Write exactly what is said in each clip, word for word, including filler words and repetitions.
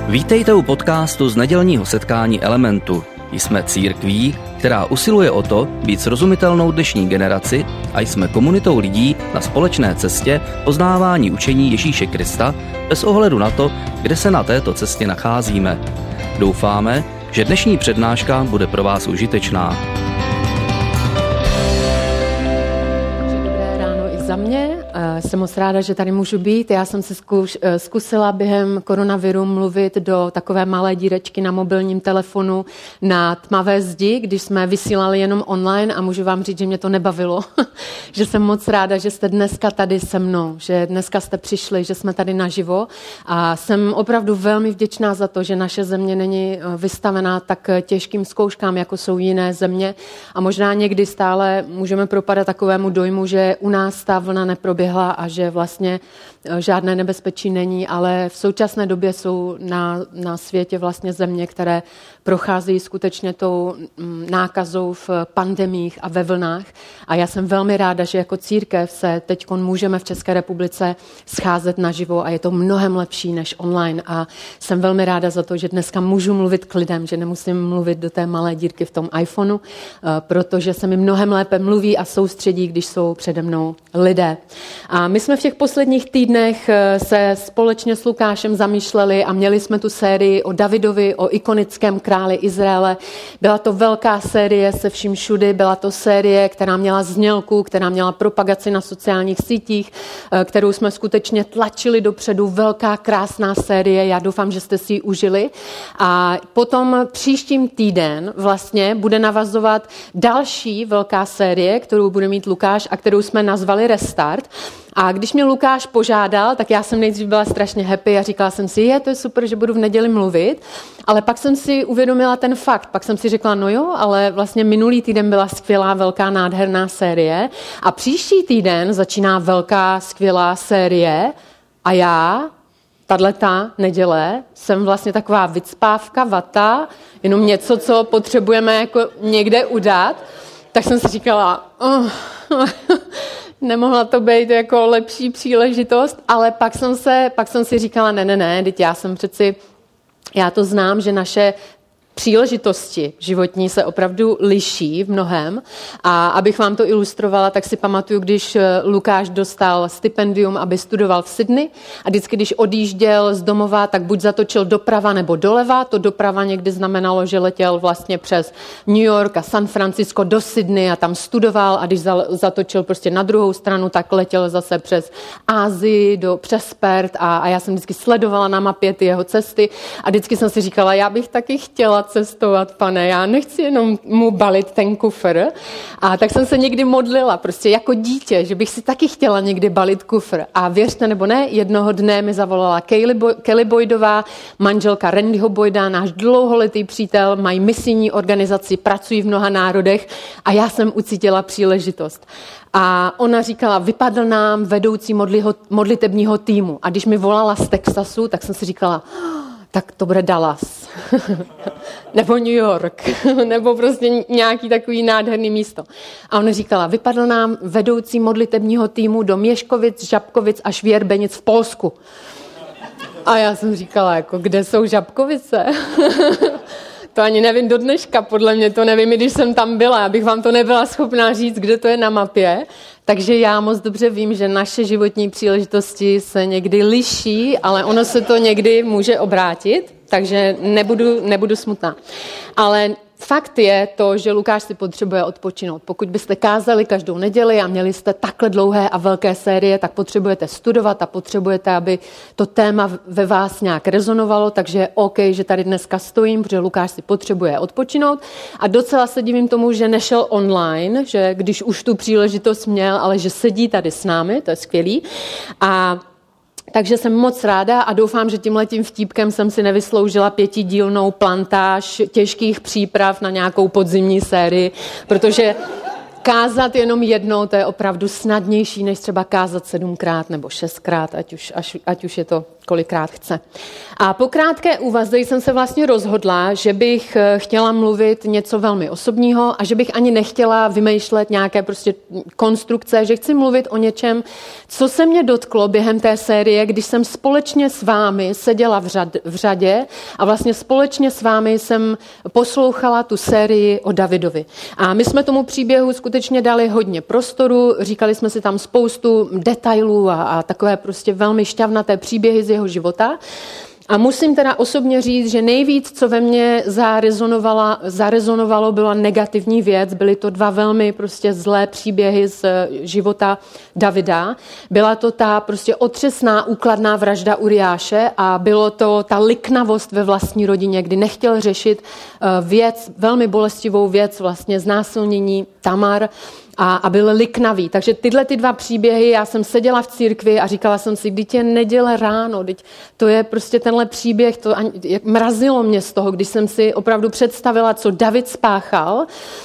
Vítejte u podcastu z nedělního setkání Elementu. Jsme církví, která usiluje o to být srozumitelnou dnešní generaci a jsme komunitou lidí na společné cestě poznávání učení Ježíše Krista bez ohledu na to, kde se na této cestě nacházíme. Doufáme, že dnešní přednáška bude pro vás užitečná. Dobré ráno i za mě. Jsem moc ráda, že tady můžu být. Já jsem se zkuš, zkusila během koronaviru mluvit do takové malé dírečky na mobilním telefonu na tmavé zdi, když jsme vysílali jenom online a můžu vám říct, že mě to nebavilo. Že jsem moc ráda, že jste dneska tady se mnou, že dneska jste přišli, že jsme tady naživo a jsem opravdu velmi vděčná za to, že naše země není vystavená tak těžkým zkouškám, jako jsou jiné země a možná někdy stále můžeme propadat takovému dojmu, že u nás ta vlna neproběhla a že vlastně žádné nebezpečí není, ale v současné době jsou na, na světě vlastně země, které procházejí skutečně tou nákazou v pandemiích a ve vlnách. A já jsem velmi ráda, že jako církev se teď můžeme v České republice scházet naživo a je to mnohem lepší než online. A jsem velmi ráda za to, že dneska můžu mluvit k lidem, že nemusím mluvit do té malé dírky v tom iPhoneu, protože se mi mnohem lépe mluví a soustředí, když jsou přede mnou lidé. A my jsme v těch posledních týdnech se společně s Lukášem zamýšleli a měli jsme tu sérii o Davidovi, o ikonickém králi Izraele. Byla to velká série se vším všudy, byla to série, která měla znělku, která měla propagaci na sociálních sítích, kterou jsme skutečně tlačili dopředu, velká, krásná série, já doufám, že jste si ji užili. A potom příštím týden vlastně bude navazovat další velká série, kterou bude mít Lukáš a kterou jsme nazvali Restart. A když mě Lukáš požádal, tak já jsem nejdřív byla strašně happy a říkala jsem si, je, to je super, že budu v neděli mluvit, ale pak jsem si uvědomila ten fakt, pak jsem si řekla, no jo, ale vlastně minulý týden byla skvělá, velká, nádherná série a příští týden začíná velká, skvělá série a já, tato neděle, jsem vlastně taková vycpávka, vata, jenom něco, co potřebujeme jako někde udat, tak jsem si říkala, oh, nemohla to být jako lepší příležitost, ale pak jsem, se, pak jsem si říkala, ne, ne, ne, teď já jsem přeci, já to znám, že naše příležitosti životní se opravdu liší v mnohem a abych vám to ilustrovala, tak si pamatuju, když Lukáš dostal stipendium, aby studoval v Sydney a vždycky, když odjížděl z domova, tak buď zatočil doprava nebo doleva, to doprava někdy znamenalo, že letěl vlastně přes New York a San Francisco do Sydney a tam studoval a když zatočil prostě na druhou stranu, tak letěl zase přes Asii, do, přes Perth a, a já jsem vždycky sledovala na mapě ty jeho cesty a vždycky jsem si říkala, já bych taky chtěla cestovat, pane, já nechci jenom mu balit ten kufr. A tak jsem se někdy modlila, prostě jako dítě, že bych si taky chtěla někdy balit kufr. A věřte nebo ne, jednoho dne mi zavolala Kelly Boydová, manželka Randyho Boyda, náš dlouholetý přítel, mají misijní organizaci, pracují v mnoha národech a já jsem ucítila příležitost. A ona říkala, vypadl nám vedoucí modliho, modlitebního týmu. A když mi volala z Texasu, tak jsem si říkala, tak to bude Dallas, nebo New York, nebo prostě nějaký takový nádherný místo. A ona říkala, vypadl nám vedoucí modlitebního týmu do Měškovic, Žabkovic a Švěrbenic v Polsku. A já jsem říkala, jako, kde jsou Žabkovice? To ani nevím do dneška, podle mě to nevím, i když jsem tam byla, abych vám to nebyla schopná říct, kde to je na mapě. Takže já moc dobře vím, že naše životní příležitosti se někdy liší, ale ono se to někdy může obrátit, takže nebudu, nebudu smutná. Ale fakt je to, že Lukáš si potřebuje odpočinout. Pokud byste kázali každou neděli a měli jste takhle dlouhé a velké série, tak potřebujete studovat a potřebujete, aby to téma ve vás nějak rezonovalo, takže je OK, že tady dneska stojím, protože Lukáš si potřebuje odpočinout a docela se divím tomu, že nešel online, že když už tu příležitost měl, ale že sedí tady s námi, to je skvělý. A takže jsem moc ráda a doufám, že tímhletím vtípkem jsem si nevysloužila pětidílnou plantáž těžkých příprav na nějakou podzimní sérii, protože kázat jenom jednou, to je opravdu snadnější, než třeba kázat sedmkrát nebo šestkrát, ať už, až, ať už je to kolikrát chce. A po krátké úvaze jsem se vlastně rozhodla, že bych chtěla mluvit něco velmi osobního a že bych ani nechtěla vymýšlet nějaké prostě konstrukce, že chci mluvit o něčem, co se mě dotklo během té série, když jsem společně s vámi seděla v, řad, v řadě a vlastně společně s vámi jsem poslouchala tu sérii o Davidovi. A my jsme tomu příběhu skutečně dali hodně prostoru, říkali jsme si tam spoustu detailů a, a takové prostě velmi šťavnaté příběhy z jeho života. A musím teda osobně říct, že nejvíc, co ve mně zarezonovalo, byla negativní věc. Byly to dva velmi prostě zlé příběhy z života Davida. Byla to ta prostě otřesná, úkladná vražda Uriáše a bylo to ta liknavost ve vlastní rodině, kdy nechtěl řešit věc, velmi bolestivou věc, vlastně znásilnění Tamar, A, a byl liknavý. Takže tyhle ty dva příběhy, já jsem seděla v církvi a říkala jsem si, kdy je neděle ráno, teď to je prostě tenhle příběh, to ani, jak mrazilo mě z toho, když jsem si opravdu představila, co David spáchal.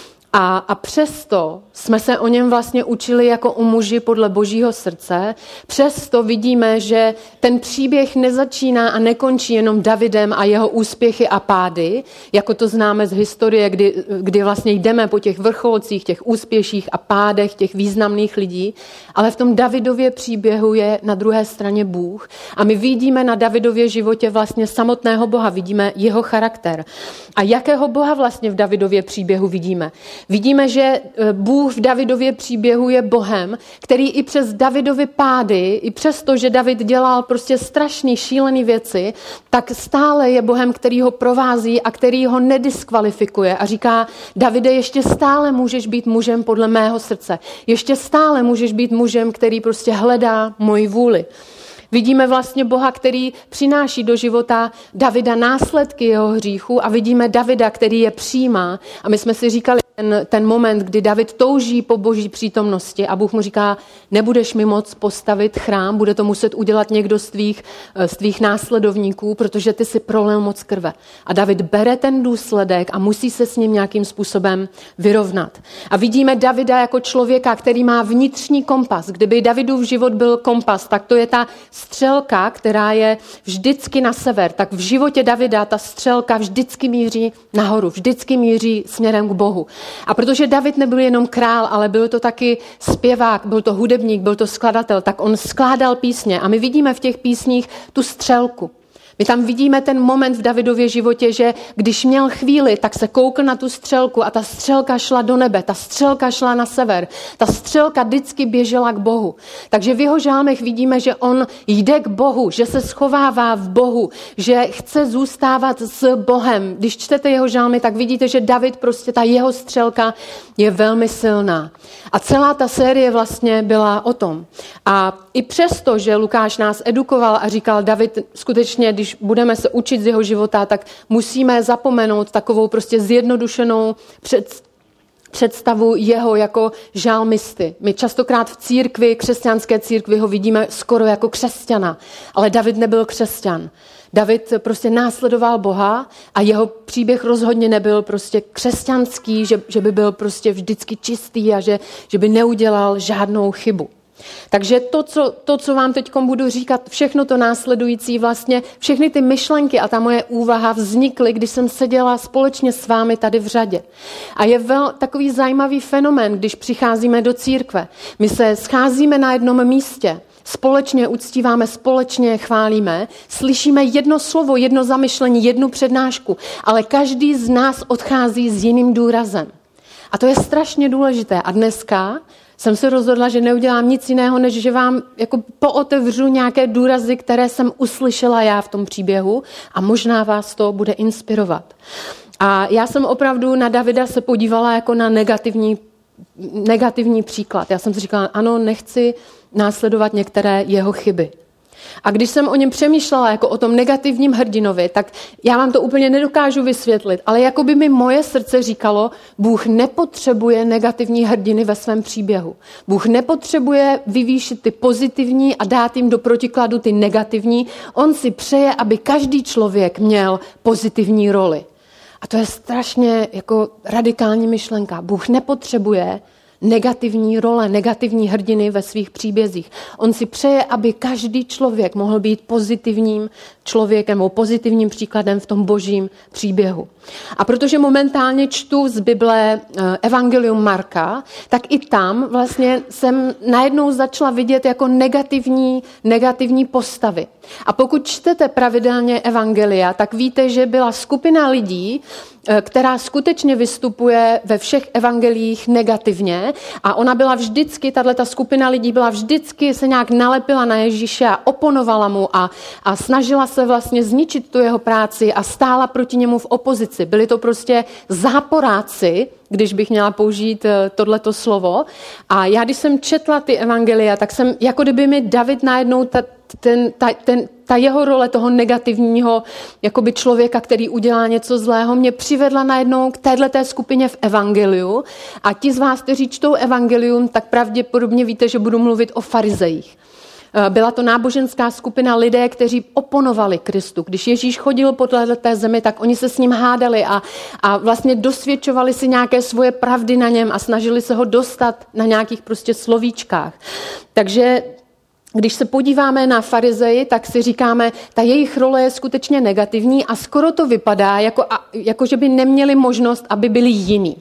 A, a přesto jsme se o něm vlastně učili jako o muži podle Božího srdce. Přesto vidíme, že ten příběh nezačíná a nekončí jenom Davidem a jeho úspěchy a pády, jako to známe z historie, kdy, kdy vlastně jdeme po těch vrcholcích, těch úspěších a pádech těch významných lidí, ale v tom Davidově příběhu je na druhé straně Bůh. A my vidíme na Davidově životě vlastně samotného Boha, vidíme jeho charakter. A jakého Boha vlastně v Davidově příběhu vidíme? Vidíme, že Bůh v Davidově příběhu je Bohem, který i přes Davidovy pády, i přes to, že David dělal prostě strašný, šílený věci, tak stále je Bohem, který ho provází a který ho nediskvalifikuje a říká, Davide, ještě stále můžeš být mužem podle mého srdce. Ještě stále můžeš být mužem, který prostě hledá moji vůli. Vidíme vlastně Boha, který přináší do života Davida následky jeho hříchu a vidíme Davida, který je přijímá. A my jsme si říkali ten, ten moment, kdy David touží po Boží přítomnosti a Bůh mu říká, nebudeš mi moc postavit chrám, bude to muset udělat někdo z tvých, z tvých následovníků, protože ty si prolil moc krve. A David bere ten důsledek a musí se s ním nějakým způsobem vyrovnat. A vidíme Davida jako člověka, který má vnitřní kompas. Kdyby Davidův život byl kompas, tak to je ta střelka, která je vždycky na sever, tak v životě Davida ta střelka vždycky míří nahoru, vždycky míří směrem k Bohu. A protože David nebyl jenom král, ale byl to taky zpěvák, byl to hudebník, byl to skladatel, tak on skládal písně a my vidíme v těch písních tu střelku. My tam vidíme ten moment v Davidově životě, že když měl chvíli, tak se koukl na tu střelku a ta střelka šla do nebe, ta střelka šla na sever, ta střelka vždycky běžela k Bohu. Takže v jeho žálmech vidíme, že on jde k Bohu, že se schovává v Bohu, že chce zůstávat s Bohem. Když čtete jeho žálmy, tak vidíte, že David prostě, ta jeho střelka je velmi silná. A celá ta série vlastně byla o tom. A i přesto, že Lukáš nás edukoval a říkal, David skutečně, když budeme se učit z jeho života, tak musíme zapomenout takovou prostě zjednodušenou před, představu jeho jako žálmisty. My častokrát v církvi, křesťanské církvi ho vidíme skoro jako křesťana, ale David nebyl křesťan. David prostě následoval Boha a jeho příběh rozhodně nebyl prostě křesťanský, že, že by byl prostě vždycky čistý a že, že by neudělal žádnou chybu. Takže to co, to, co vám teď budu říkat, všechno to následující vlastně, všechny ty myšlenky a ta moje úvaha vznikly, když jsem seděla společně s vámi tady v řadě. A je vel, takový zajímavý fenomén, když přicházíme do církve. My se scházíme na jednom místě, společně uctíváme, společně chválíme, slyšíme jedno slovo, jedno zamyšlení, jednu přednášku, ale každý z nás odchází s jiným důrazem. A to je strašně důležité. A dneska jsem se rozhodla, že neudělám nic jiného, než že vám jako pootevřu nějaké důrazy, které jsem uslyšela já v tom příběhu a možná vás to bude inspirovat. A já jsem opravdu na Davida se podívala jako na negativní, negativní příklad. Já jsem si říkala, ano, nechci následovat některé jeho chyby. A když jsem o něm přemýšlela jako o tom negativním hrdinovi, tak já vám to úplně nedokážu vysvětlit, ale jako by mi moje srdce říkalo, Bůh nepotřebuje negativní hrdiny ve svém příběhu. Bůh nepotřebuje vyvýšit ty pozitivní a dát jim do protikladu ty negativní. On si přeje, aby každý člověk měl pozitivní roli. A to je strašně jako radikální myšlenka. Bůh nepotřebuje negativní role, negativní hrdiny ve svých příbězích. On si přeje, aby každý člověk mohl být pozitivním člověkem nebo pozitivním příkladem v tom božím příběhu. A protože momentálně čtu z Bible Evangelium Marka, tak i tam vlastně jsem najednou začala vidět jako negativní, negativní postavy. A pokud čtete pravidelně Evangelia, tak víte, že byla skupina lidí, která skutečně vystupuje ve všech evangelích negativně a ona byla vždycky, tato skupina lidí byla vždycky, se nějak nalepila na Ježíše a oponovala mu a, a snažila se vlastně zničit tu jeho práci a stála proti němu v opozici. Byli to prostě záporáci, když bych měla použít tohleto slovo. A já, když jsem četla ty evangelia, tak jsem, jako kdyby mi David najednou ta, ten, ta, ten, ta jeho role toho negativního jakoby člověka, který udělá něco zlého, mě přivedla najednou k téhleté skupině v evangeliu. A ti z vás, kteří čtou evangelium, tak pravděpodobně víte, že budu mluvit o farizejích. Byla to náboženská skupina lidé, kteří oponovali Kristu. Když Ježíš chodil po této zemi, tak oni se s ním hádali a, a vlastně dosvědčovali si nějaké svoje pravdy na něm a snažili se ho dostat na nějakých prostě slovíčkách. Takže když se podíváme na farizeji, tak si říkáme, ta jejich role je skutečně negativní a skoro to vypadá, jako, jako že by neměli možnost, aby byli jiní.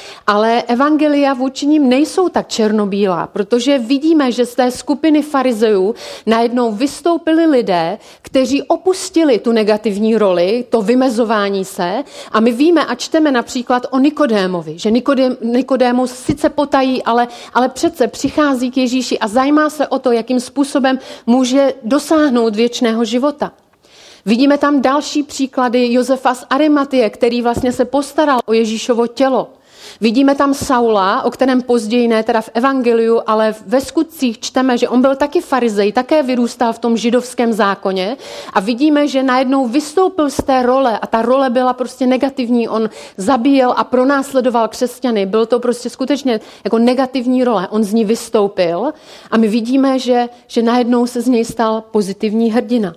Ale evangelia vůči nim nejsou tak černobílá, protože vidíme, že z té skupiny farizejů najednou vystoupili lidé, kteří opustili tu negativní roli, to vymezování se. A my víme a čteme například o Nikodémovi, že Nikodém, Nikodémus sice potají, ale, ale přece přichází k Ježíši a zajímá se o to, jakým způsobem může dosáhnout věčného života. Vidíme tam další příklady Josefa z Arimatie, který vlastně se postaral o Ježíšovo tělo. Vidíme tam Saula, o kterém později ne teda v evangeliu, ale ve skutcích čteme, že on byl taky farizej, také vyrůstal v tom židovském zákoně a vidíme, že najednou vystoupil z té role a ta role byla prostě negativní. On zabíjel a pronásledoval křesťany. Byl to prostě skutečně jako negativní role. On z ní vystoupil a my vidíme, že, že najednou se z něj stal pozitivní hrdina.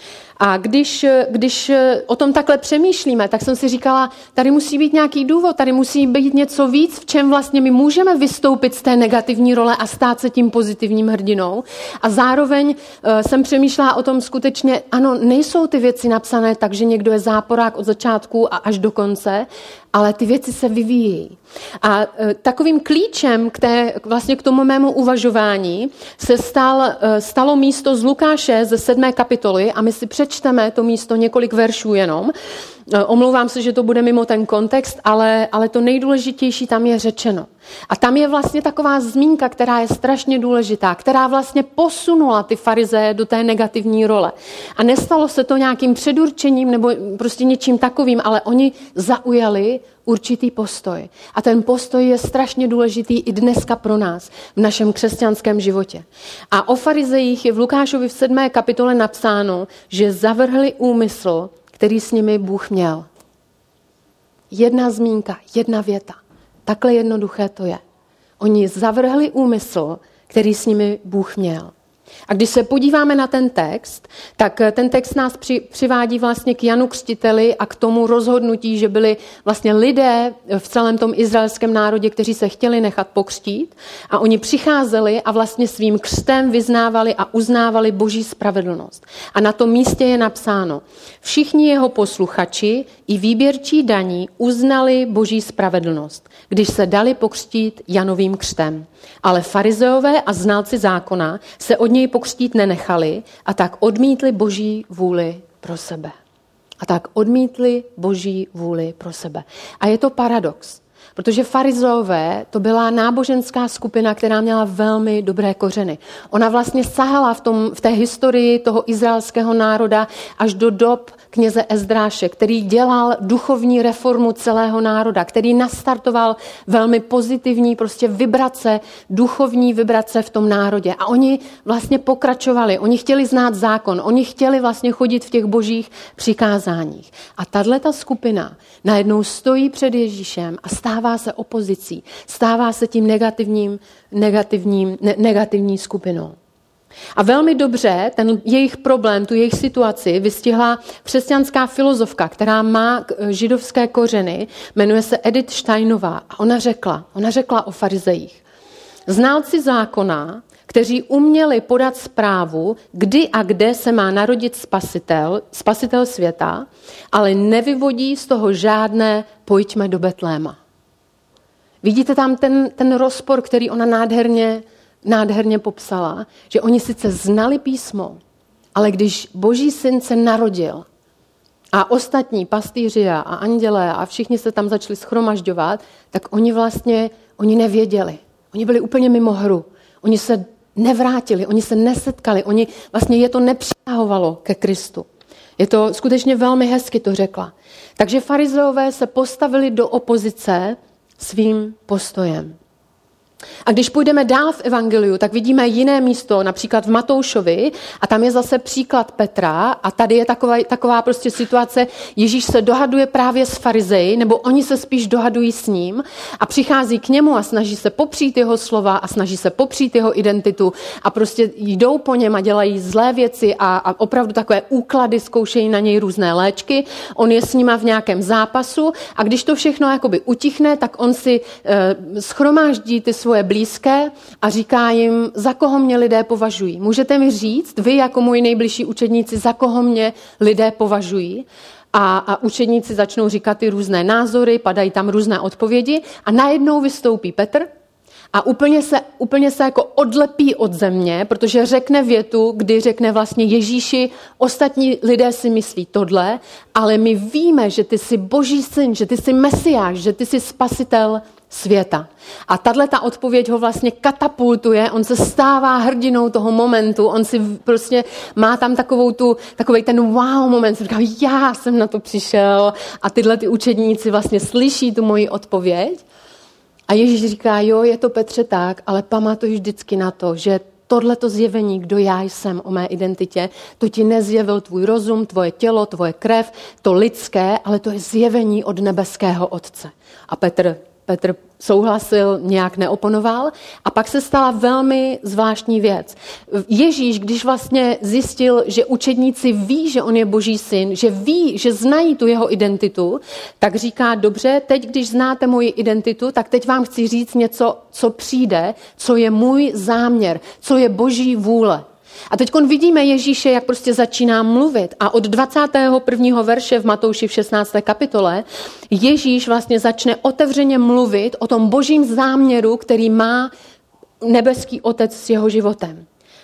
A když, když o tom takhle přemýšlíme, tak jsem si říkala, tady musí být nějaký důvod, tady musí být něco víc, v čem vlastně my můžeme vystoupit z té negativní role a stát se tím pozitivním hrdinou. A zároveň uh, jsem přemýšlela o tom skutečně, ano, nejsou ty věci napsané tak, že někdo je záporák od začátku a až do konce, ale ty věci se vyvíjejí. A e, takovým klíčem k, té, vlastně k tomu mému uvažování se stal, e, stalo místo z Lukáše ze sedmé kapitoly a my si přečteme to místo několik veršů jenom. E, omlouvám se, že to bude mimo ten kontext, ale, ale to nejdůležitější tam je řečeno. A tam je vlastně taková zmínka, která je strašně důležitá, která vlastně posunula ty farizeje do té negativní role. A nestalo se to nějakým předurčením nebo prostě něčím takovým, ale oni zaujali určitý postoj. A ten postoj je strašně důležitý i dneska pro nás v našem křesťanském životě. A o farizejích je v Lukášovi v sedmé kapitole napsáno, že zavrhli úmysl, který s nimi Bůh měl. Jedna zmínka, jedna věta. Takhle jednoduché to je. Oni zavrhli úmysl, který s nimi Bůh měl. A když se podíváme na ten text, tak ten text nás při, přivádí vlastně k Janu Křtiteli a k tomu rozhodnutí, že byli vlastně lidé v celém tom izraelském národě, kteří se chtěli nechat pokřtít a oni přicházeli a vlastně svým křtem vyznávali a uznávali Boží spravedlnost. A na tom místě je napsáno, všichni jeho posluchači i výběrčí daní uznali Boží spravedlnost, když se dali pokřtít Janovým křtem. Ale farizeové a znalci zákona se od něj pokřtít nenechali a tak odmítli Boží vůli pro sebe. A tak odmítli Boží vůli pro sebe. A je to paradox, protože farizeové to byla náboženská skupina, která měla velmi dobré kořeny. Ona vlastně sahala v, tom, v té historii toho izraelského národa až do dob kněze Ezdráše, který dělal duchovní reformu celého národa, který nastartoval velmi pozitivní prostě vibrace, duchovní vibrace v tom národě. A oni vlastně pokračovali, oni chtěli znát zákon, oni chtěli vlastně chodit v těch božích přikázáních. A tato skupina najednou stojí před Ježíšem a stává se opozicí, stává se tím negativním, negativním, ne, negativní skupinou. A velmi dobře ten jejich problém, tu jejich situaci vystihla křesťanská filozofka, která má židovské kořeny, jmenuje se Edith Steinová. A ona řekla, ona řekla o farizejích. Znalci zákona, kteří uměli podat zprávu, kdy a kde se má narodit spasitel, spasitel světa, ale nevyvodí z toho žádné pojďme do Betléma. Vidíte tam ten, ten rozpor, který ona nádherně, nádherně popsala, že oni sice znali písmo, ale když Boží syn se narodil a ostatní pastýři a andělé a všichni se tam začali shromažďovat, tak oni vlastně, oni nevěděli. Oni byli úplně mimo hru. Oni se nevrátili, oni se nesetkali, oni vlastně je to nepřitahovalo ke Kristu. Je to skutečně velmi hezky to řekla. Takže farizeové se postavili do opozice svým postojem. A když půjdeme dál v evangeliu, tak vidíme jiné místo, například v Matoušovi, a tam je zase příklad Petra a tady je taková, taková prostě situace, Ježíš se dohaduje právě s farizeji, nebo oni se spíš dohadují s ním a přichází k němu a snaží se popřít jeho slova a snaží se popřít jeho identitu a prostě jdou po něm a dělají zlé věci a, a opravdu takové úklady, zkoušejí na něj různé léčky, on je s nima v nějakém zápasu a když to všechno jakoby utichne, tak on si eh, schromáždí ty svoje blízké a říká jim, za koho mě lidé považují. Můžete mi říct, vy jako moji nejbližší učedníci, za koho mě lidé považují? A, a učedníci začnou říkat ty různé názory, padají tam různé odpovědi a najednou vystoupí Petr a úplně se, úplně se jako odlepí od země, protože řekne větu, kdy řekne vlastně Ježíši, ostatní lidé si myslí tohle, ale my víme, že ty jsi Boží syn, že ty jsi Mesiáš, že ty jsi spasitel světa. A tato odpověď ho vlastně katapultuje, on se stává hrdinou toho momentu, on si prostě má tam takovou tu, takovej ten wow moment, říká, já jsem na to přišel a tyhle ty učedníci vlastně slyší tu moji odpověď. A Ježíš říká, jo, je to Petře tak, ale pamatuj vždycky na to, že tohleto zjevení, kdo já jsem o mé identitě, to ti nezjevil tvůj rozum, tvoje tělo, tvoje krev, to lidské, ale to je zjevení od nebeského Otce. A Petr Petr souhlasil, nějak neoponoval a pak se stala velmi zvláštní věc. Ježíš, když vlastně zjistil, že učedníci ví, že on je Boží syn, že ví, že znají tu jeho identitu, tak říká, dobře, teď, když znáte moji identitu, tak teď vám chci říct něco, co přijde, co je můj záměr, co je Boží vůle. A teď vidíme Ježíše, jak prostě začíná mluvit. A od dvacátého prvního verše v Matouši v šestnácté kapitole Ježíš vlastně začne otevřeně mluvit o tom Božím záměru, který má nebeský Otec s jeho životem.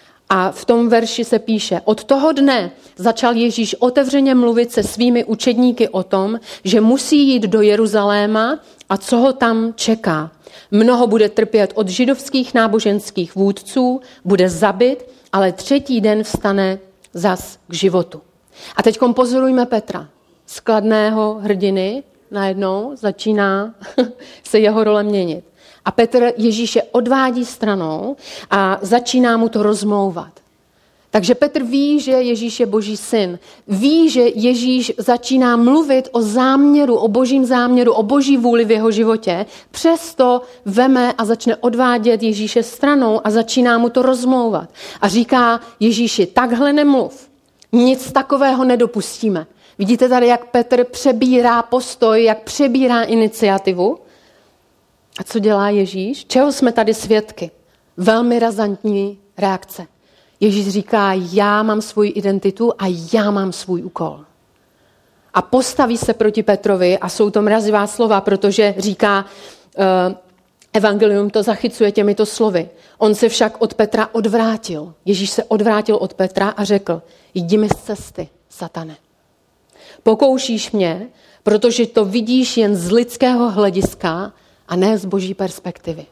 A v tom verši se píše, od toho dne začal Ježíš otevřeně mluvit se svými učedníky o tom, že musí jít do Jeruzaléma a co ho tam čeká. Mnoho bude trpět od židovských náboženských vůdců, bude zabit, ale třetí den vstane zas k životu. A teď pozorujme Petra, skladného hrdiny, najednou začíná se jeho role měnit. A Petr Ježíše odvádí stranou a začíná mu to rozmlouvat. Takže Petr ví, že Ježíš je Boží syn. Ví, že Ježíš začíná mluvit o záměru, o Božím záměru, o Boží vůli v jeho životě. Přesto veme a začne odvádět Ježíše stranou a začíná mu to rozmlouvat. A říká Ježíši, takhle nemluv. Nic takového nedopustíme. Vidíte tady, jak Petr přebírá postoj, jak přebírá iniciativu. A co dělá Ježíš? Čeho jsme tady svědky? Velmi razantní reakce. Ježíš říká, já mám svou identitu a já mám svůj úkol. A postaví se proti Petrovi a jsou to mrazivá slova, protože říká, uh, evangelium to zachycuje těmito slovy. On se však od Petra odvrátil. Ježíš se odvrátil od Petra a řekl, jdi mi z cesty, satane. Pokoušíš mě, protože to vidíš jen z lidského hlediska a ne z Boží perspektivy.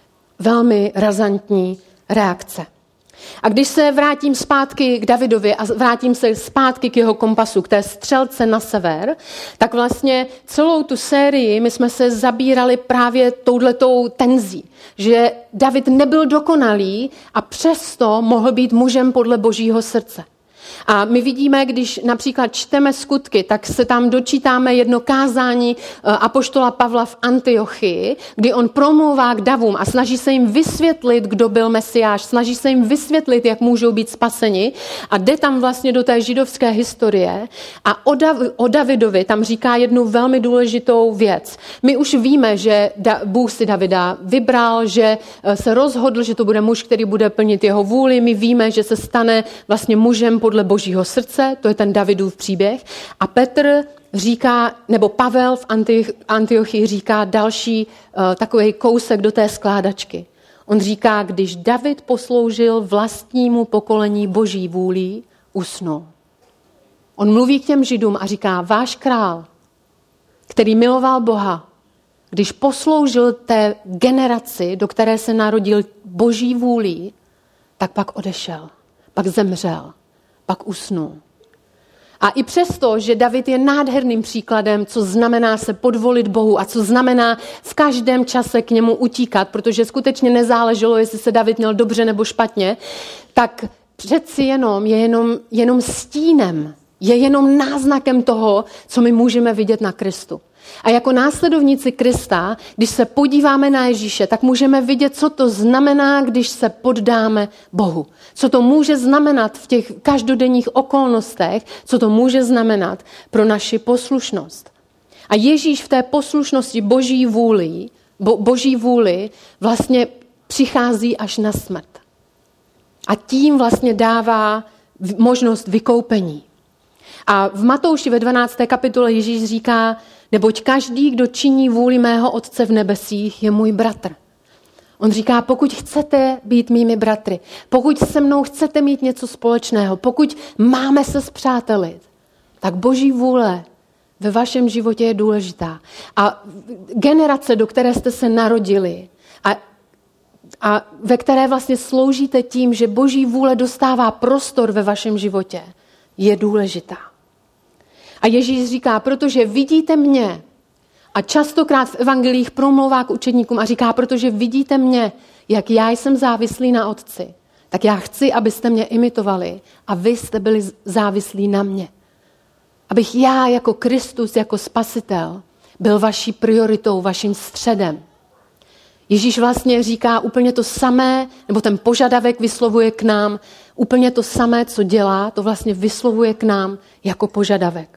Velmi razantní reakce. A když se vrátím zpátky k Davidovi a vrátím se zpátky k jeho kompasu, k té střelce na sever, tak vlastně celou tu sérii my jsme se zabírali právě touhletou tenzí, že David nebyl dokonalý a přesto mohl být mužem podle Božího srdce. A my vidíme, když například čteme Skutky, tak se tam dočítáme jedno kázání apoštola Pavla v Antiochii, kdy on promlouvá k davům a snaží se jim vysvětlit, kdo byl Mesiáš, snaží se jim vysvětlit, jak můžou být spaseni a jde tam vlastně do té židovské historie a o, Dav- o Davidovi tam říká jednu velmi důležitou věc. My už víme, že da- Bůh si Davida vybral, že se rozhodl, že to bude muž, který bude plnit jeho vůli. My víme, že se stane vlastně mužem podle Božího srdce, to je ten Davidův příběh. A Petr říká, nebo Pavel v Antiochii říká další uh, takový kousek do té skládačky. On říká, když David posloužil vlastnímu pokolení Boží vůlí, usnul. On mluví k těm Židům a říká, váš král, který miloval Boha, když posloužil té generaci, do které se narodil Boží vůlí, tak pak odešel, pak zemřel, pak usnul. A i přesto, že David je nádherným příkladem, co znamená se podvolit Bohu a co znamená v každém čase k němu utíkat, protože skutečně nezáleželo, jestli se David měl dobře nebo špatně, tak přeci jenom je jenom, jenom stínem, je jenom náznakem toho, co my můžeme vidět na Kristu. A jako následovníci Krista, když se podíváme na Ježíše, tak můžeme vidět, co to znamená, když se poddáme Bohu. Co to může znamenat v těch každodenních okolnostech, co to může znamenat pro naši poslušnost. A Ježíš v té poslušnosti Boží vůli, bo, Boží vůli vlastně přichází až na smrt. A tím vlastně dává možnost vykoupení. A v Matouši ve dvanácté kapitole Ježíš říká, neboť každý, kdo činí vůli mého Otce v nebesích, je můj bratr. On říká, pokud chcete být mými bratry, pokud se mnou chcete mít něco společného, pokud máme se spřátelit, tak Boží vůle ve vašem životě je důležitá. A generace, do které jste se narodili a, a ve které vlastně sloužíte tím, že Boží vůle dostává prostor ve vašem životě, je důležitá. A Ježíš říká, protože vidíte mě, a častokrát v evangelích promlouvá k učedníkům a říká, protože vidíte mě, jak já jsem závislý na Otci, tak já chci, abyste mě imitovali a vy jste byli závislí na mě. Abych já jako Kristus, jako spasitel, byl vaší prioritou, vaším středem. Ježíš vlastně říká úplně to samé, nebo ten požadavek vyslovuje k nám, úplně to samé, co dělá, to vlastně vyslovuje k nám jako požadavek.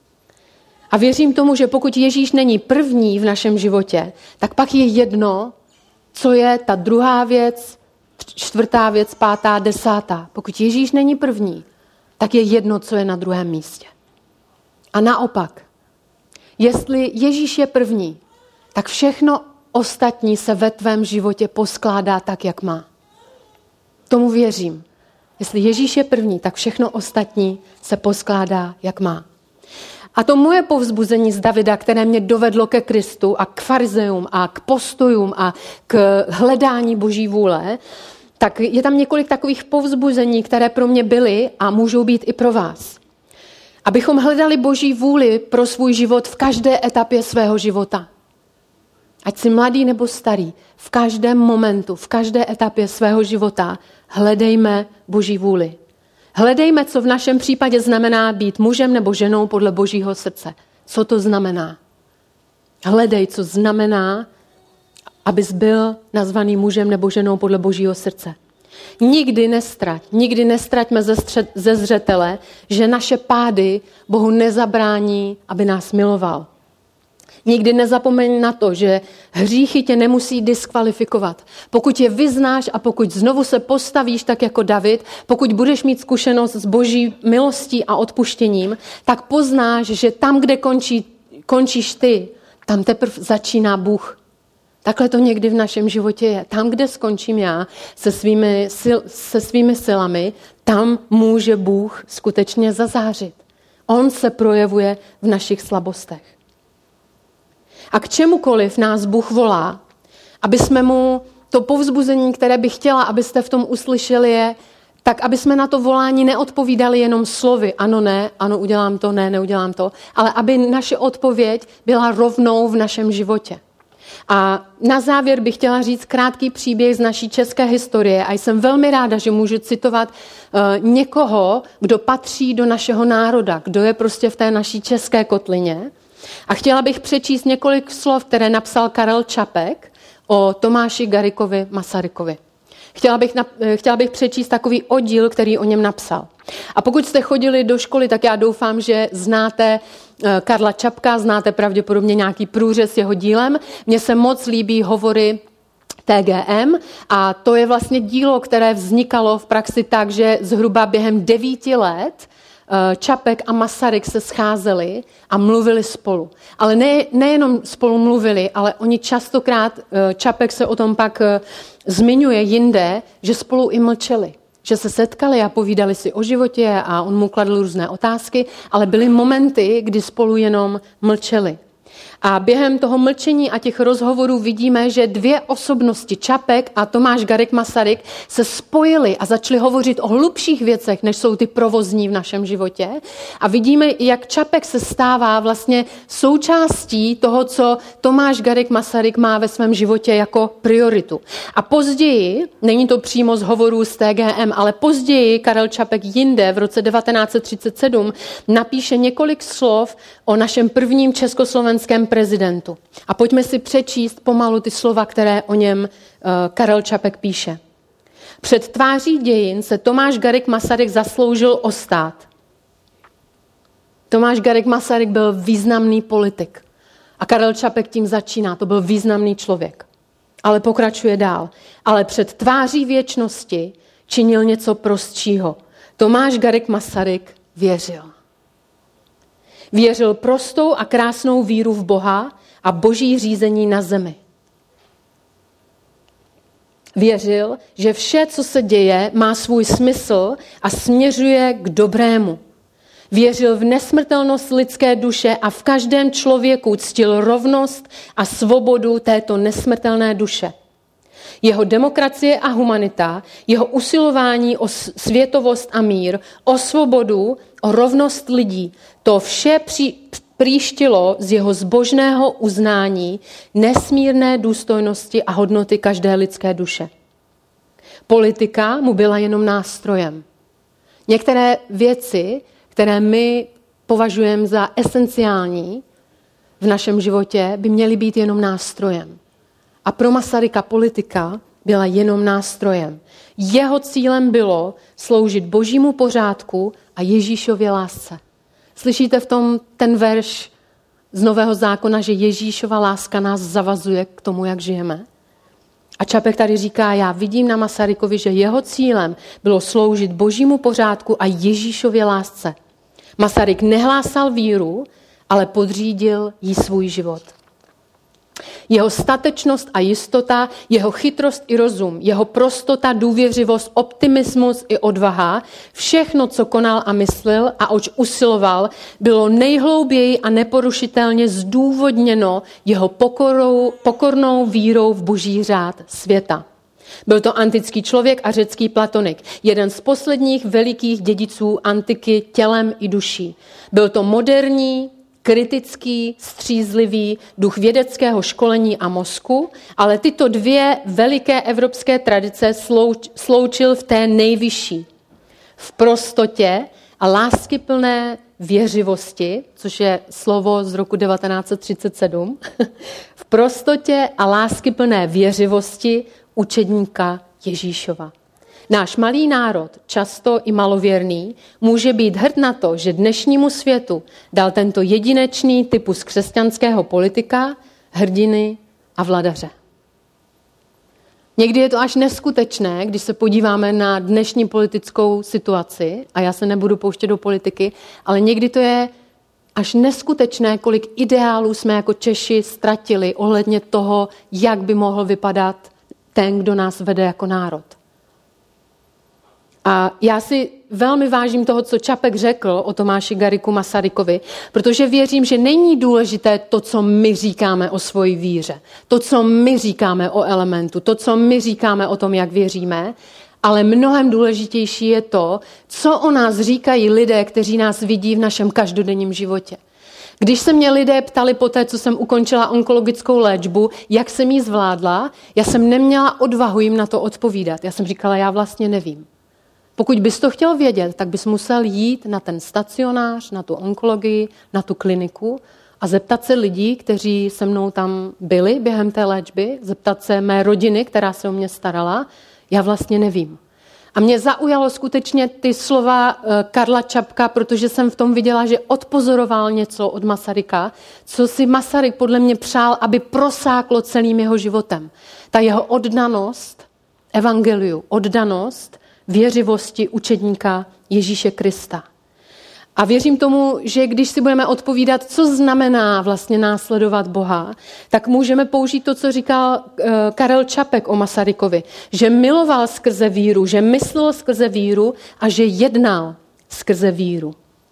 A věřím tomu, že pokud Ježíš není první v našem životě, tak pak je jedno, co je ta druhá věc, čtvrtá věc, pátá, desátá. Pokud Ježíš není první, tak je jedno, co je na druhém místě. A naopak, jestli Ježíš je první, tak všechno ostatní se ve tvém životě poskládá tak, jak má. Tomu věřím. Jestli Ježíš je první, tak všechno ostatní se poskládá, jak má. A to moje povzbuzení z Davida, které mě dovedlo ke Kristu a k farizeům a k postojům a k hledání Boží vůle, tak je tam několik takových povzbuzení, které pro mě byly a můžou být i pro vás. Abychom hledali Boží vůli pro svůj život v každé etapě svého života. Ať jsi mladý nebo starý, v každém momentu, v každé etapě svého života hledejme Boží vůli. Hledejme, co v našem případě znamená být mužem nebo ženou podle Božího srdce. Co to znamená? Hledej, co znamená, abys byl nazvaný mužem nebo ženou podle Božího srdce. Nikdy nestrať, nikdy nestraťme ze, střed, ze zřetele, že naše pády Bohu nezabrání, aby nás miloval. Nikdy nezapomeň na to, že hříchy tě nemusí diskvalifikovat. Pokud je vyznáš a pokud znovu se postavíš tak jako David, pokud budeš mít zkušenost s Boží milostí a odpuštěním, tak poznáš, že tam, kde končí, končíš ty, tam teprve začíná Bůh. Takhle to někdy v našem životě je. Tam, kde skončím já se svými, sil, se svými silami, tam může Bůh skutečně zazářit. On se projevuje v našich slabostech. A k čemukoliv nás Bůh volá, aby jsme mu to povzbuzení, které bych chtěla, abyste v tom uslyšeli, je, tak aby jsme na to volání neodpovídali jenom slovy, ano, ne, ano, udělám to, ne, neudělám to, ale aby naše odpověď byla rovnou v našem životě. A na závěr bych chtěla říct krátký příběh z naší české historie a jsem velmi ráda, že můžu citovat uh, někoho, kdo patří do našeho národa, kdo je prostě v té naší české kotlině. A chtěla bych přečíst několik slov, které napsal Karel Čapek o Tomáši Garriguovi Masarykovi. Chtěla bych, chtěla bych přečíst takový oddíl, který o něm napsal. A pokud jste chodili do školy, tak já doufám, že znáte Karla Čapka, znáte pravděpodobně nějaký průřez jeho dílem. Mně se moc líbí hovory T G M a to je vlastně dílo, které vznikalo v praxi tak, že zhruba během devíti let Čapek a Masaryk se scházeli a mluvili spolu. Ale ne, nejenom spolu mluvili, ale oni častokrát, Čapek se o tom pak zmiňuje jinde, že spolu i mlčeli. Že se setkali a povídali si o životě a on mu kladl různé otázky, ale byly momenty, kdy spolu jenom mlčeli. A během toho mlčení a těch rozhovorů vidíme, že dvě osobnosti, Čapek a Tomáš Garrigue Masaryk, se spojili a začali hovořit o hlubších věcech, než jsou ty provozní v našem životě. A vidíme, jak Čapek se stává vlastně součástí toho, co Tomáš Garrigue Masaryk má ve svém životě jako prioritu. A později, není to přímo z hovorů z T G M, ale později Karel Čapek jinde v roce devatenáct set třicet sedm napíše několik slov o našem prvním československém prezidentu. A pojďme si přečíst pomalu ty slova, které o něm uh, Karel Čapek píše. Před tváří dějin se Tomáš Garrigue Masaryk zasloužil o stát. Tomáš Garrigue Masaryk byl významný politik. A Karel Čapek tím začíná, to byl významný člověk. Ale pokračuje dál. Ale před tváří věčnosti činil něco prostšího. Tomáš Garrigue Masaryk věřil. Věřil prostou a krásnou víru v Boha a boží řízení na zemi. Věřil, že vše, co se děje, má svůj smysl a směřuje k dobrému. Věřil v nesmrtelnost lidské duše a v každém člověku ctil rovnost a svobodu této nesmrtelné duše. Jeho demokracie a humanita, jeho usilování o světovost a mír, o svobodu, o rovnost lidí, to vše při, příštilo z jeho zbožného uznání nesmírné důstojnosti a hodnoty každé lidské duše. Politika mu byla jenom nástrojem. Některé věci, které my považujeme za esenciální v našem životě, by měly být jenom nástrojem. A pro Masaryka politika byla jenom nástrojem. Jeho cílem bylo sloužit božímu pořádku a Ježíšově lásce. Slyšíte v tom ten verš z Nového zákona, že Ježíšova láska nás zavazuje k tomu, jak žijeme? A Čapek tady říká, já vidím na Masarykovi, že jeho cílem bylo sloužit božímu pořádku a Ježíšově lásce. Masaryk nehlásal víru, ale podřídil jí svůj život. Jeho statečnost a jistota, jeho chytrost i rozum, jeho prostota, důvěřivost, optimismus i odvaha, všechno, co konal a myslel a oč usiloval, bylo nejhlouběji a neporušitelně zdůvodněno jeho pokorou, pokornou vírou v boží řád světa. Byl to antický člověk a řecký platonik, jeden z posledních velikých dědiců antiky tělem i duší. Byl to moderní, kritický, střízlivý duch vědeckého školení a mozku, ale tyto dvě veliké evropské tradice slouč, sloučil v té nejvyšší. V prostotě a láskyplné věřivosti, což je slovo z roku devatenáct set třicet sedm, v prostotě a láskyplné věřivosti učedníka Ježíšova. Náš malý národ, často i malověrný, může být hrd na to, že dnešnímu světu dal tento jedinečný typus křesťanského politika, hrdiny a vladaře. Někdy je to až neskutečné, když se podíváme na dnešní politickou situaci, a já se nebudu pouštět do politiky, ale někdy to je až neskutečné, kolik ideálů jsme jako Češi ztratili ohledně toho, jak by mohl vypadat ten, kdo nás vede jako národ. A já si velmi vážím toho, co Čapek řekl o Tomáši Garrigu Masarykovi, protože věřím, že není důležité to, co my říkáme o svojí víře, to, co my říkáme o elementu, to, co my říkáme o tom, jak věříme, ale mnohem důležitější je to, co o nás říkají lidé, kteří nás vidí v našem každodenním životě. Když se mě lidé ptali po té, co jsem ukončila onkologickou léčbu, jak jsem ji zvládla, já jsem neměla odvahu jim na to odpovídat. Já jsem říkala, já vlastně nevím. Pokud bys to chtěl vědět, tak bys musel jít na ten stacionář, na tu onkologii, na tu kliniku a zeptat se lidí, kteří se mnou tam byli během té léčby, zeptat se mé rodiny, která se o mě starala. Já vlastně nevím. A mě zaujalo skutečně ty slova Karla Čapka, protože jsem v tom viděla, že odpozoroval něco od Masaryka, co si Masaryk podle mě přál, aby prosáklo celým jeho životem. Ta jeho oddanost evangeliu, oddanost věřivosti učedníka Ježíše Krista. A věřím tomu, že když si budeme odpovídat, co znamená vlastně následovat Boha, tak můžeme použít to, co říkal Karel Čapek o Masarykovi, že miloval skrze víru, že myslel skrze víru a že jednal skrze víru.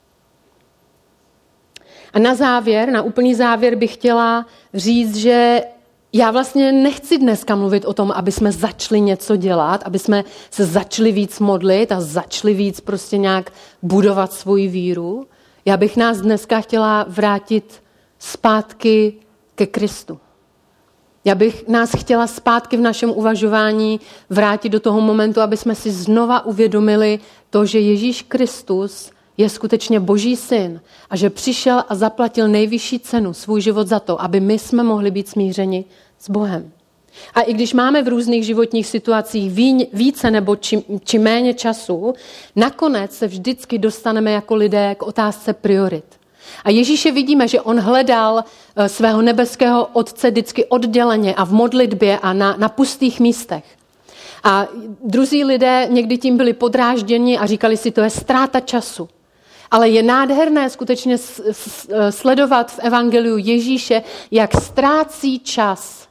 A na závěr, na úplný závěr bych chtěla říct, že já vlastně nechci dneska mluvit o tom, aby jsme začali něco dělat, aby jsme se začali víc modlit a začali víc prostě nějak budovat svoji víru. Já bych nás dneska chtěla vrátit zpátky ke Kristu. Já bych nás chtěla zpátky v našem uvažování vrátit do toho momentu, aby jsme si znova uvědomili to, že Ježíš Kristus je skutečně Boží syn a že přišel a zaplatil nejvyšší cenu, svůj život za to, aby my jsme mohli být smířeni s Bohem. A i když máme v různých životních situacích více nebo či, či méně času, nakonec se vždycky dostaneme jako lidé k otázce priorit. A Ježíše vidíme, že on hledal svého nebeského Otce vždycky odděleně a v modlitbě a na, na pustých místech. A druzí lidé někdy tím byli podrážděni a říkali si, to je ztráta času. Ale je nádherné skutečně sledovat v evangeliu Ježíše, jak ztrácí čas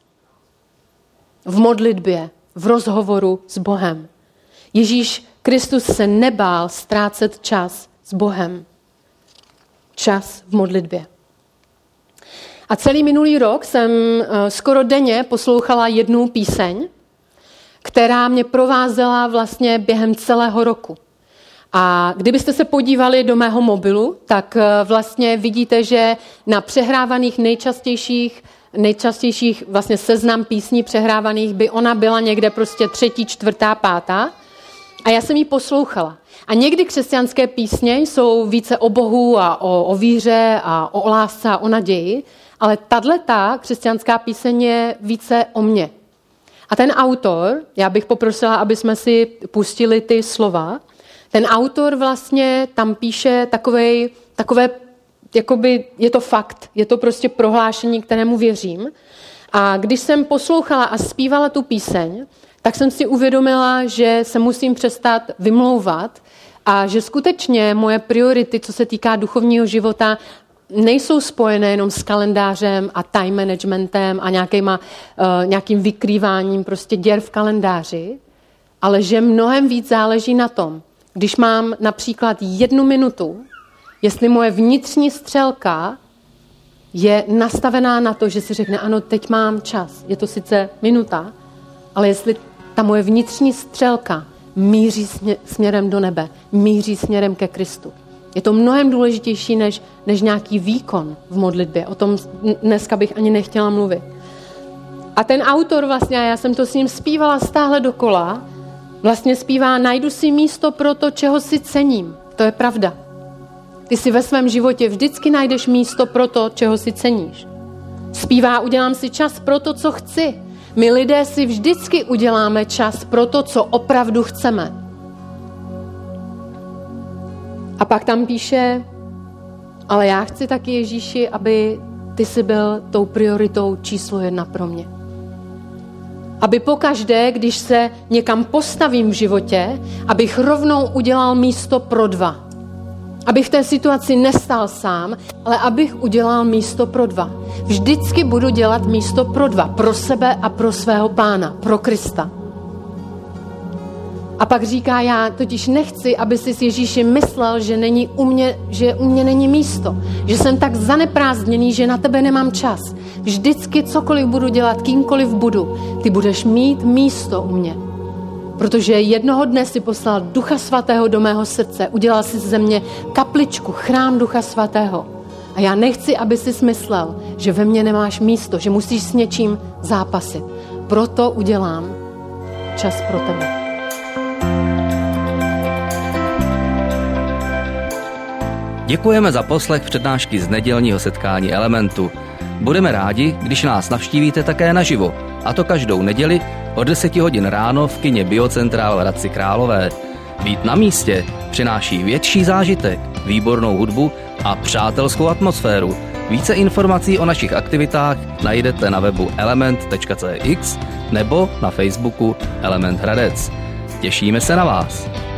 v modlitbě, v rozhovoru s Bohem. Ježíš Kristus se nebál ztrácet čas s Bohem. Čas v modlitbě. A celý minulý rok jsem skoro denně poslouchala jednu píseň, která mě provázela vlastně během celého roku. A kdybyste se podívali do mého mobilu, tak vlastně vidíte, že na přehrávaných nejčastějších, nejčastějších vlastně seznam písní přehrávaných by ona byla někde prostě třetí, čtvrtá, pátá. A já jsem ji poslouchala. A někdy křesťanské písně jsou více o Bohu a o, o víře a o lásce a o naději, ale tato křesťanská píseň je více o mně. A ten autor, já bych poprosila, aby jsme si pustili ty slova, ten autor vlastně tam píše takovej, takové, jakoby je to fakt, je to prostě prohlášení, kterému věřím. A když jsem poslouchala a zpívala tu píseň, tak jsem si uvědomila, že se musím přestat vymlouvat a že skutečně moje priority, co se týká duchovního života, nejsou spojené jenom s kalendářem a time managementem a nějakýma, uh, nějakým vykrýváním prostě děr v kalendáři, ale že mnohem víc záleží na tom, když mám například jednu minutu, jestli moje vnitřní střelka je nastavená na to, že si řekne, ano, teď mám čas, je to sice minuta, ale jestli ta moje vnitřní střelka míří směrem do nebe, míří směrem ke Kristu. Je to mnohem důležitější než, než nějaký výkon v modlitbě. O tom dneska bych ani nechtěla mluvit. A ten autor vlastně, já jsem to s ním zpívala stáhle dokola, vlastně zpívá, najdu si místo pro to, čeho si cením. To je pravda. Ty si ve svém životě vždycky najdeš místo pro to, čeho si ceníš. Zpívá, udělám si čas pro to, co chci. My lidé si vždycky uděláme čas pro to, co opravdu chceme. A pak tam píše, ale já chci taky, Ježíši, aby ty jsi byl tou prioritou číslo jedna pro mě. Aby pokaždé, když se někam postavím v životě, abych rovnou udělal místo pro dva. Abych v té situaci nestál sám, ale abych udělal místo pro dva. Vždycky budu dělat místo pro dva. Pro sebe a pro svého Pána, pro Krista. A pak říká, já totiž nechci, aby si s Ježíši myslel, že, není u mě, že u mě není místo. Že jsem tak zaneprázdněný, že na tebe nemám čas. Vždycky cokoliv budu dělat, kýmkoliv budu, ty budeš mít místo u mě. Protože jednoho dne si poslal Ducha Svatého do mého srdce, udělal si ze mě kapličku, chrám Ducha Svatého. A já nechci, aby si smyslel, že ve mně nemáš místo, že musíš s něčím zápasit. Proto udělám čas pro tebe. Děkujeme za poslech přednášky z nedělního setkání Elementu. Budeme rádi, když nás navštívíte také naživo, a to každou neděli od deseti hodin ráno v kině Biocentrál v Hradci Králové. Být na místě přináší větší zážitek, výbornou hudbu a přátelskou atmosféru. Více informací o našich aktivitách najdete na webu element tečka cé x nebo na Facebooku Element Hradec. Těšíme se na vás.